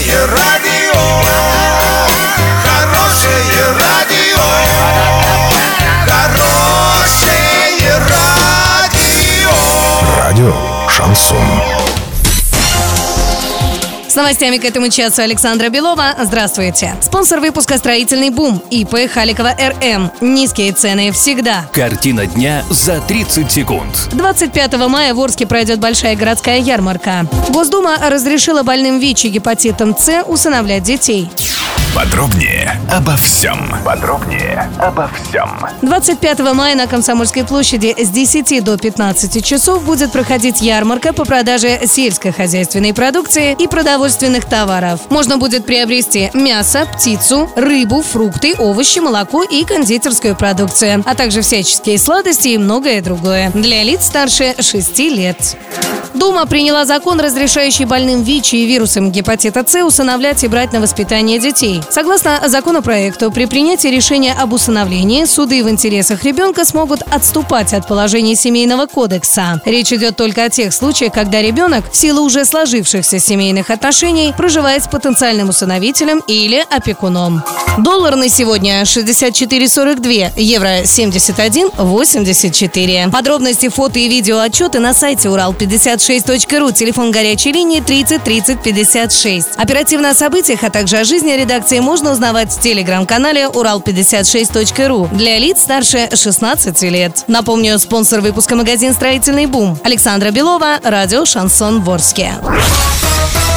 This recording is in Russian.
Хорошее радио, хорошее радио, хорошее радио. Радио «Шансон». С новостями к этому часу Александра Белова. Здравствуйте. Спонсор выпуска «Строительный бум» ИП Халикова РМ. Низкие цены всегда. Картина дня за 30 секунд. 25 мая в Орске пройдет большая городская ярмарка. Госдума разрешила больным ВИЧ и гепатитом С усыновлять детей. Подробнее обо всем. 25 мая на Комсомольской площади с 10 до 15 часов будет проходить ярмарка по продаже сельскохозяйственной продукции и продовольственных товаров. Можно будет приобрести мясо, птицу, рыбу, фрукты, овощи, молоко и кондитерскую продукцию, а также всяческие сладости и многое другое для лиц старше 6 лет. Дума приняла закон, разрешающий больным ВИЧ и вирусом гепатита С усыновлять и брать на воспитание детей. Согласно законопроекту, при принятии решения об усыновлении суды в интересах ребенка смогут отступать от положений Семейного кодекса. Речь идет только о тех случаях, когда ребенок в силу уже сложившихся семейных отношений проживает с потенциальным усыновителем или опекуном. Доллар на сегодня 64,42, евро 71,84. Подробности, фото и видео отчеты на сайте урал56.ру, телефон горячей линии 30 30 56. Оперативно о событиях, а также о жизни редакции можно узнавать в телеграм-канале урал56.ру для лиц старше 16 лет. Напомню, спонсор выпуска магазин «Строительный бум». Александра Белова, радио «Шансон» в Орске.